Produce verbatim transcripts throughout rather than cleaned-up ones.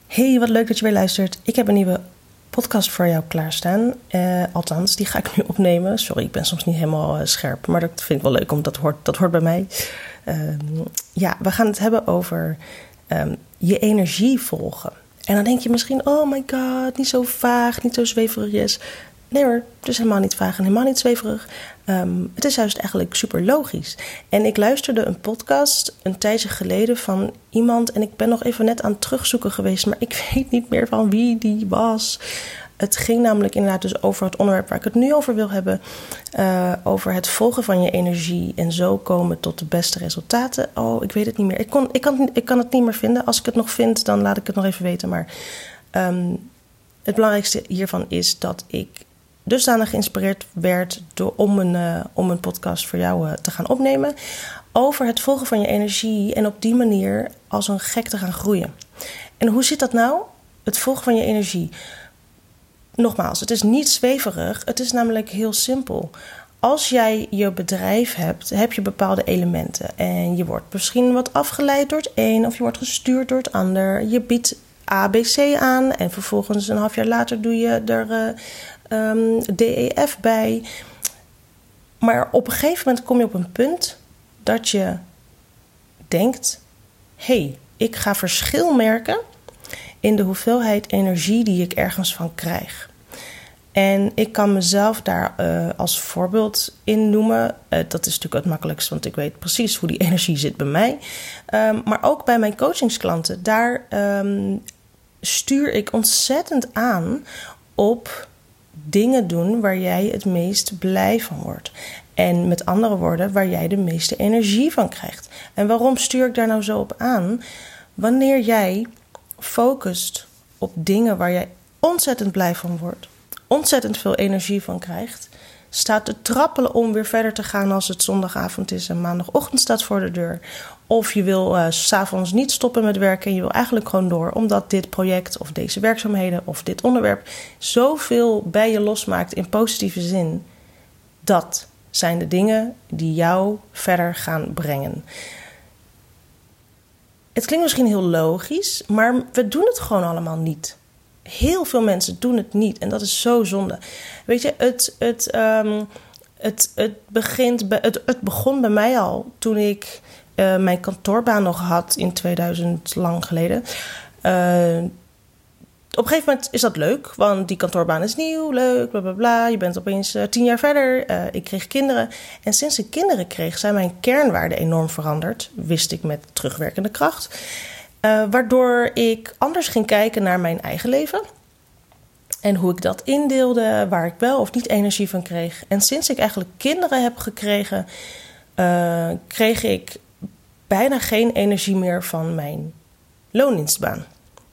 Hey, wat leuk dat je weer luistert. Ik heb een nieuwe podcast voor jou klaarstaan. Uh, althans, die ga ik nu opnemen. Sorry, ik ben soms niet helemaal uh, scherp. Maar dat vind ik wel leuk, omdat dat hoort, dat hoort bij mij. Uh, ja, we gaan het hebben over um, je energie volgen. En dan denk je misschien, oh my god, niet zo vaag, niet zo zweverig. Nee hoor, het is helemaal niet vaag en helemaal niet zweverig. Um, het is juist eigenlijk super logisch. En ik luisterde een podcast een tijdje geleden van iemand... en ik ben nog even net aan het terugzoeken geweest... maar ik weet niet meer van wie die was. Het ging namelijk inderdaad dus over het onderwerp waar ik het nu over wil hebben. Uh, over het volgen van je energie en zo komen tot de beste resultaten. Oh, ik weet het niet meer. Ik, kon, ik, kan, ik kan het niet meer vinden. Als ik het nog vind, dan laat ik het nog even weten. Maar um, het belangrijkste hiervan is dat ik... dusdanig geïnspireerd werd door, om, een, uh, om een podcast voor jou uh, te gaan opnemen... over het volgen van je energie en op die manier als een gek te gaan groeien. En hoe zit dat nou? Het volgen van je energie. Nogmaals, het is niet zweverig, het is namelijk heel simpel. Als jij je bedrijf hebt, heb je bepaalde elementen... en je wordt misschien wat afgeleid door het een of je wordt gestuurd door het ander. Je biedt A, B, C aan en vervolgens een half jaar later doe je er... Uh, Um, D E F bij. Maar op een gegeven moment kom je op een punt dat je denkt... hé, hey, ik ga verschil merken in de hoeveelheid energie die ik ergens van krijg. En ik kan mezelf daar uh, als voorbeeld in noemen. Uh, dat is natuurlijk het makkelijkst, want ik weet precies hoe die energie zit bij mij. Um, maar ook bij mijn coachingsklanten. Daar um, stuur ik ontzettend aan op... dingen doen waar jij het meest blij van wordt. En met andere woorden, waar jij de meeste energie van krijgt. En waarom stuur ik daar nou zo op aan? Wanneer jij focust op dingen waar jij ontzettend blij van wordt, ontzettend veel energie van krijgt, staat te trappelen om weer verder te gaan als het zondagavond is en maandagochtend staat voor de deur. Of je wil uh, 's avonds niet stoppen met werken en je wil eigenlijk gewoon door, omdat dit project of deze werkzaamheden of dit onderwerp zoveel bij je losmaakt in positieve zin. Dat zijn de dingen die jou verder gaan brengen. Het klinkt misschien heel logisch, maar we doen het gewoon allemaal niet. Heel veel mensen doen het niet en dat is zo zonde. Weet je, het, het, um, het, het, begint bij, het, het begon bij mij al toen ik uh, mijn kantoorbaan nog had in tweeduizend, lang geleden. Uh, op een gegeven moment is dat leuk, want die kantoorbaan is nieuw, leuk, bla bla bla. Je bent opeens uh, tien jaar verder. Uh, ik kreeg kinderen. En sinds ik kinderen kreeg, zijn mijn kernwaarden enorm veranderd. Wist ik met terugwerkende kracht. Uh, waardoor ik anders ging kijken naar mijn eigen leven. En hoe ik dat indeelde, waar ik wel of niet energie van kreeg. En sinds ik eigenlijk kinderen heb gekregen, uh, kreeg ik bijna geen energie meer van mijn loondienstbaan.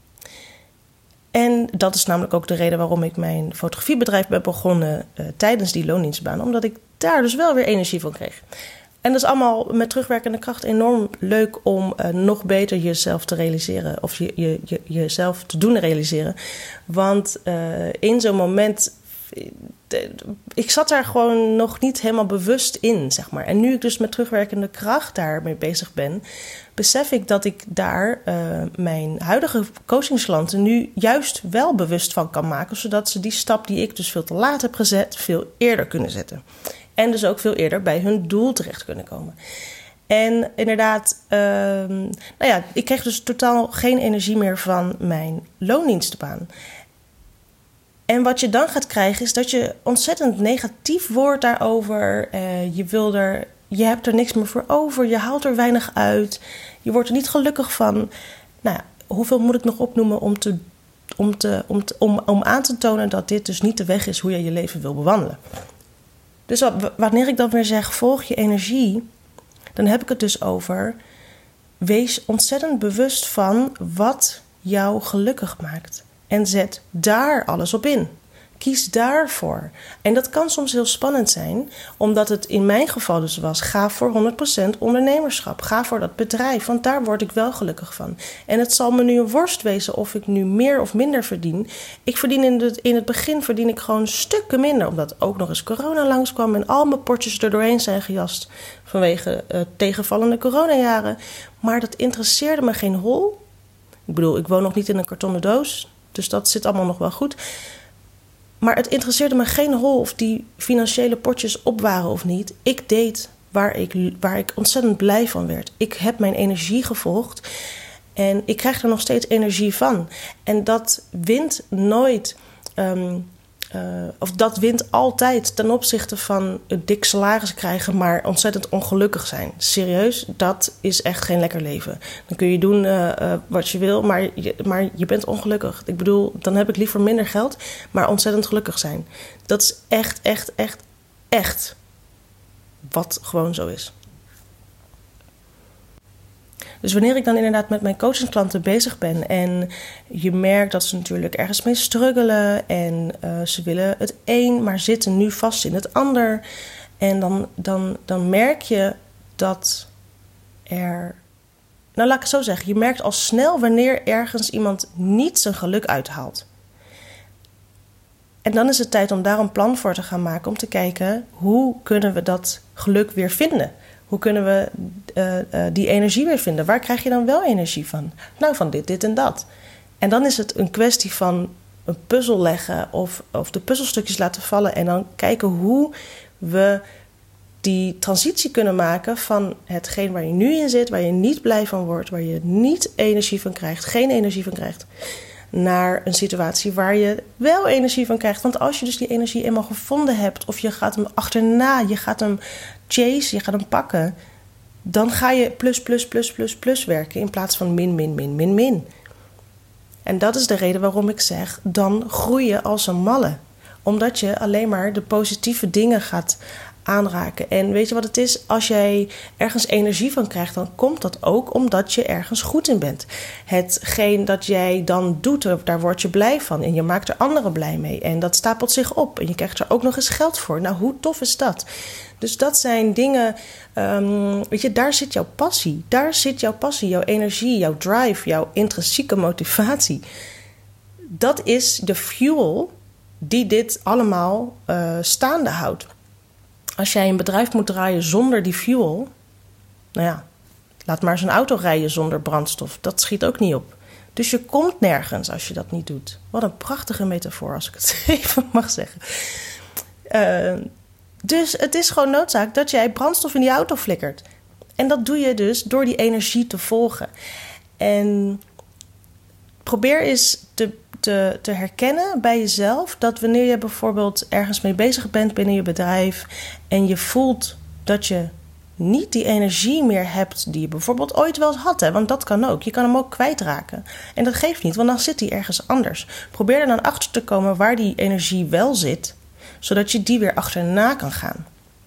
En dat is namelijk ook de reden waarom ik mijn fotografiebedrijf ben begonnen uh, tijdens die loondienstbaan. Omdat ik daar dus wel weer energie van kreeg. En dat is allemaal met terugwerkende kracht enorm leuk om uh, nog beter jezelf te realiseren. Of je, je, je, jezelf te doen realiseren. Want uh, in zo'n moment... Ik zat daar gewoon nog niet helemaal bewust in, zeg maar. En nu ik dus met terugwerkende kracht daarmee bezig ben, besef ik dat ik daar uh, mijn huidige coachingsklanten nu juist wel bewust van kan maken, zodat ze die stap die ik dus veel te laat heb gezet, veel eerder kunnen zetten. En dus ook veel eerder bij hun doel terecht kunnen komen. En inderdaad, uh, nou ja, ik kreeg dus totaal geen energie meer van mijn loondienstbaan. En wat je dan gaat krijgen is dat je ontzettend negatief wordt daarover. Uh, je, wil er, je hebt er niks meer voor over. Je haalt er weinig uit. Je wordt er niet gelukkig van. Nou ja, hoeveel moet ik nog opnoemen om, te, om, te, om, te, om, om aan te tonen dat dit dus niet de weg is hoe je je leven wil bewandelen. Dus wat, wanneer ik dan weer zeg, volg je energie, dan heb ik het dus over, wees ontzettend bewust van wat jou gelukkig maakt. En zet daar alles op in. Kies daarvoor. En dat kan soms heel spannend zijn, omdat het in mijn geval dus was, ga voor honderd procent ondernemerschap. Ga voor dat bedrijf, want daar word ik wel gelukkig van. En het zal me nu een worst wezen of ik nu meer of minder verdien. Ik verdien in het, in het begin verdien ik gewoon stukken minder, omdat ook nog eens corona langskwam en al mijn potjes er doorheen zijn gejast vanwege uh, tegenvallende coronajaren. Maar dat interesseerde me geen hol. Ik bedoel, ik woon nog niet in een kartonnen doos. Dus dat zit allemaal nog wel goed. Maar het interesseerde me geen hol of die financiële potjes op waren of niet. Ik deed waar ik, waar ik ontzettend blij van werd. Ik heb mijn energie gevolgd. En ik krijg er nog steeds energie van. En dat wint nooit... Um, uh, of dat wint altijd ten opzichte van een dik salaris krijgen, maar ontzettend ongelukkig zijn. Serieus, dat is echt geen lekker leven. Dan kun je doen uh, uh, wat je wil, maar je, maar je bent ongelukkig. Ik bedoel, dan heb ik liever minder geld, maar ontzettend gelukkig zijn. Dat is echt, echt, echt, echt wat gewoon zo is. Dus wanneer ik dan inderdaad met mijn coachingsklanten bezig ben en je merkt dat ze natuurlijk ergens mee struggelen en uh, ze willen het een, maar zitten nu vast in het ander. En dan, dan, dan merk je dat er... Nou, laat ik het zo zeggen. Je merkt al snel wanneer ergens iemand niet zijn geluk uithaalt. En dan is het tijd om daar een plan voor te gaan maken, om te kijken hoe kunnen we dat geluk weer vinden. Hoe kunnen we uh, uh, die energie weer vinden? Waar krijg je dan wel energie van? Nou, van dit, dit en dat. En dan is het een kwestie van een puzzel leggen of, of de puzzelstukjes laten vallen en dan kijken hoe we die transitie kunnen maken van hetgeen waar je nu in zit, waar je niet blij van wordt, waar je niet energie van krijgt, geen energie van krijgt, naar een situatie waar je wel energie van krijgt. Want als je dus die energie eenmaal gevonden hebt, of je gaat hem achterna, je gaat hem chase, je gaat hem pakken, dan ga je plus, plus, plus, plus, plus werken in plaats van min, min, min, min, min. En dat is de reden waarom ik zeg, dan groei je als een malle. Omdat je alleen maar de positieve dingen gaat aanraken. En weet je wat het is? Als jij ergens energie van krijgt, dan komt dat ook omdat je ergens goed in bent. Hetgeen dat jij dan doet, daar word je blij van. En je maakt er anderen blij mee. En dat stapelt zich op. En je krijgt er ook nog eens geld voor. Nou, hoe tof is dat? Dus dat zijn dingen, um, weet je, daar zit jouw passie. Daar zit jouw passie, jouw energie, jouw drive, jouw intrinsieke motivatie. Dat is de fuel die dit allemaal uh, staande houdt. Als jij een bedrijf moet draaien zonder die fuel, nou ja, laat maar eens een auto rijden zonder brandstof. Dat schiet ook niet op. Dus je komt nergens als je dat niet doet. Wat een prachtige metafoor, als ik het even mag zeggen. Uh, dus het is gewoon noodzaak dat jij brandstof in die auto flikkert. En dat doe je dus door die energie te volgen. En probeer eens te, te, te herkennen bij jezelf dat wanneer je bijvoorbeeld ergens mee bezig bent binnen je bedrijf en je voelt dat je niet die energie meer hebt die je bijvoorbeeld ooit wel eens had. Hè? Want dat kan ook. Je kan hem ook kwijtraken. En dat geeft niet, want dan zit hij ergens anders. Probeer er dan achter te komen waar die energie wel zit, zodat je die weer achterna kan gaan.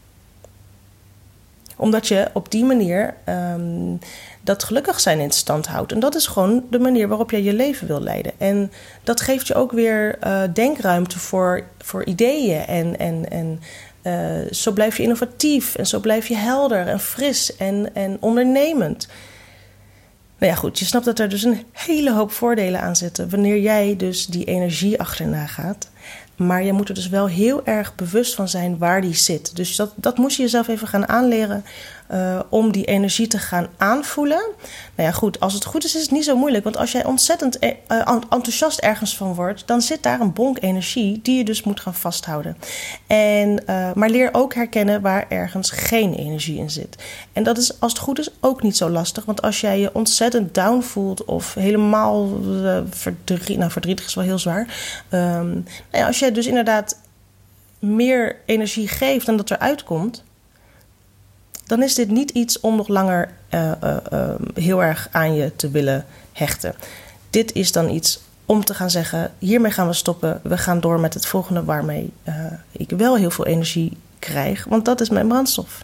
Omdat je op die manier um, dat gelukkig zijn in stand houdt. En dat is gewoon de manier waarop je je leven wil leiden. En dat geeft je ook weer uh, denkruimte voor, voor ideeën. En, en, en uh, zo blijf je innovatief. En zo blijf je helder en fris en, en ondernemend. Nou ja, goed, je snapt dat er dus een hele hoop voordelen aan zitten wanneer jij dus die energie achterna gaat. Maar je moet er dus wel heel erg bewust van zijn waar die zit. Dus dat, dat moest je jezelf even gaan aanleren uh, om die energie te gaan aanvoelen. Nou ja, goed, als het goed is, is het niet zo moeilijk. Want als jij ontzettend uh, enthousiast ergens van wordt, dan zit daar een bonk energie die je dus moet gaan vasthouden. En, uh, maar leer ook herkennen waar ergens geen energie in zit. En dat is, als het goed is, ook niet zo lastig. Want als jij je ontzettend down voelt of helemaal uh, verdrietig, nou verdrietig is wel heel zwaar. Um, nou ja, als jij dus inderdaad meer energie geeft dan dat eruit komt, dan is dit niet iets om nog langer uh, uh, uh, heel erg aan je te willen hechten. Dit is dan iets om te gaan zeggen, hiermee gaan we stoppen. We gaan door met het volgende waarmee uh, ik wel heel veel energie krijg, want dat is mijn brandstof.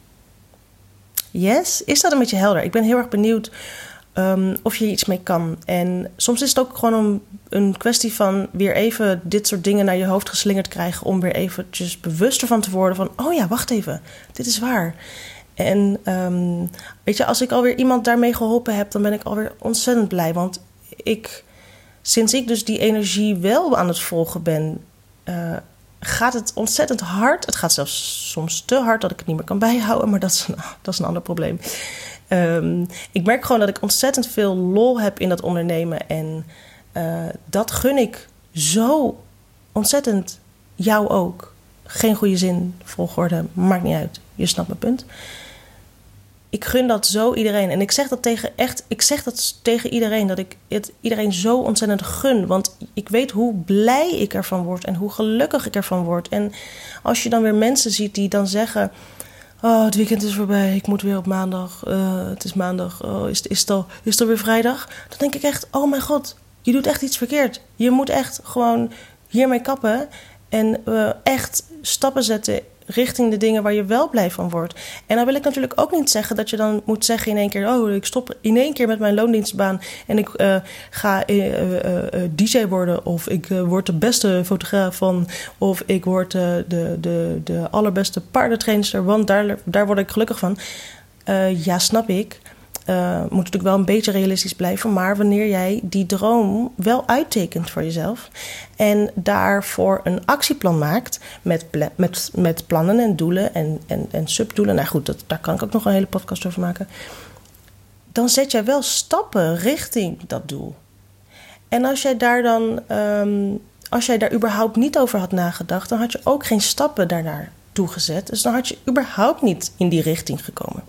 Yes? Is dat een beetje helder? Ik ben heel erg benieuwd Um, of je iets mee kan. En soms is het ook gewoon een, een kwestie van weer even dit soort dingen naar je hoofd geslingerd krijgen om weer eventjes bewuster van te worden van, oh ja, wacht even, dit is waar. En um, weet je, als ik alweer iemand daarmee geholpen heb, dan ben ik alweer ontzettend blij. Want ik, sinds ik dus die energie wel aan het volgen ben, uh, gaat het ontzettend hard. Het gaat zelfs soms te hard dat ik het niet meer kan bijhouden, maar dat is een, dat is een ander probleem. Um, ik merk gewoon dat ik ontzettend veel lol heb in dat ondernemen. En uh, dat gun ik zo ontzettend jou ook. Geen goede zin, volgorde, maakt niet uit. Je snapt mijn punt. Ik gun dat zo iedereen. En ik zeg dat tegen echt, ik zeg dat tegen iedereen, dat ik het iedereen zo ontzettend gun. Want ik weet hoe blij ik ervan word en hoe gelukkig ik ervan word. En als je dan weer mensen ziet die dan zeggen: oh, het weekend is voorbij, ik moet weer op maandag. Uh, het is maandag, oh, is, is, het al, is het alweer vrijdag? Dan denk ik echt, oh mijn god, je doet echt iets verkeerd. Je moet echt gewoon hiermee kappen en uh, echt stappen zetten richting de dingen waar je wel blij van wordt. En dan wil ik natuurlijk ook niet zeggen dat je dan moet zeggen in één keer: oh, ik stop in één keer met mijn loondienstbaan en ik uh, ga uh, uh, uh, D J worden, of ik uh, word de beste fotograaf van, of ik word uh, de, de, de allerbeste paardentrainster, want daar, daar word ik gelukkig van. Uh, ja, snap ik. Uh, moet natuurlijk wel een beetje realistisch blijven. Maar wanneer jij die droom wel uittekent voor jezelf en daarvoor een actieplan maakt met, pla- met, met plannen en doelen en, en, en subdoelen. Nou goed, dat, daar kan ik ook nog een hele podcast over maken. Dan zet jij wel stappen richting dat doel. En als jij daar dan, um, als jij daar überhaupt niet over had nagedacht, dan had je ook geen stappen daarnaar toegezet. Dus dan had je überhaupt niet in die richting gekomen.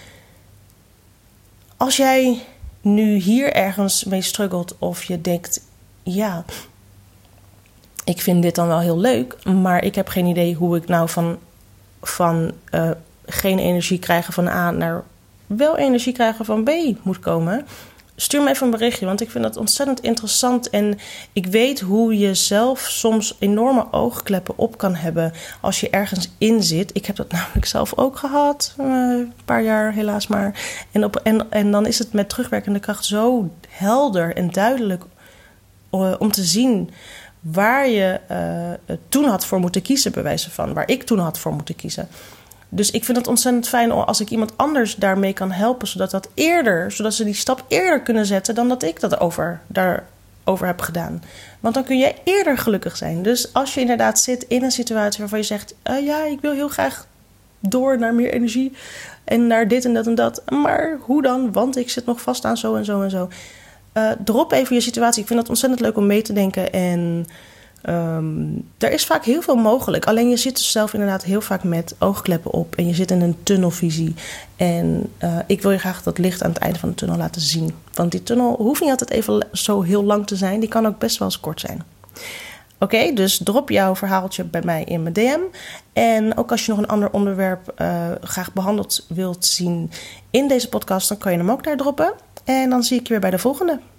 Als jij nu hier ergens mee struggelt of je denkt: ja, ik vind dit dan wel heel leuk, maar ik heb geen idee hoe ik nou van, van uh, geen energie krijgen van A naar wel energie krijgen van B moet komen, stuur me even een berichtje, want ik vind dat ontzettend interessant. En ik weet hoe je zelf soms enorme oogkleppen op kan hebben als je ergens in zit. Ik heb dat namelijk zelf ook gehad, uh, een paar jaar helaas maar. En, op, en, en dan is het met terugwerkende kracht zo helder en duidelijk uh, om te zien waar je uh, toen had voor moeten kiezen, bij wijze van. Waar ik toen had voor moeten kiezen. Dus ik vind het ontzettend fijn als ik iemand anders daarmee kan helpen, zodat dat eerder, zodat ze die stap eerder kunnen zetten dan dat ik dat over, daarover heb gedaan. Want dan kun jij eerder gelukkig zijn. Dus als je inderdaad zit in een situatie waarvan je zegt: uh, ja, ik wil heel graag door naar meer energie en naar dit en dat en dat. Maar hoe dan? Want ik zit nog vast aan zo en zo en zo. Uh, drop even je situatie. Ik vind het ontzettend leuk om mee te denken. En um, er is vaak heel veel mogelijk. Alleen je zit dus zelf inderdaad heel vaak met oogkleppen op. En je zit in een tunnelvisie. En uh, ik wil je graag dat licht aan het einde van de tunnel laten zien. Want die tunnel hoeft niet altijd even zo heel lang te zijn. Die kan ook best wel eens kort zijn. Oké, okay, dus drop jouw verhaaltje bij mij in mijn D M. En ook als je nog een ander onderwerp uh, graag behandeld wilt zien in deze podcast, dan kan je hem ook daar droppen. En dan zie ik je weer bij de volgende.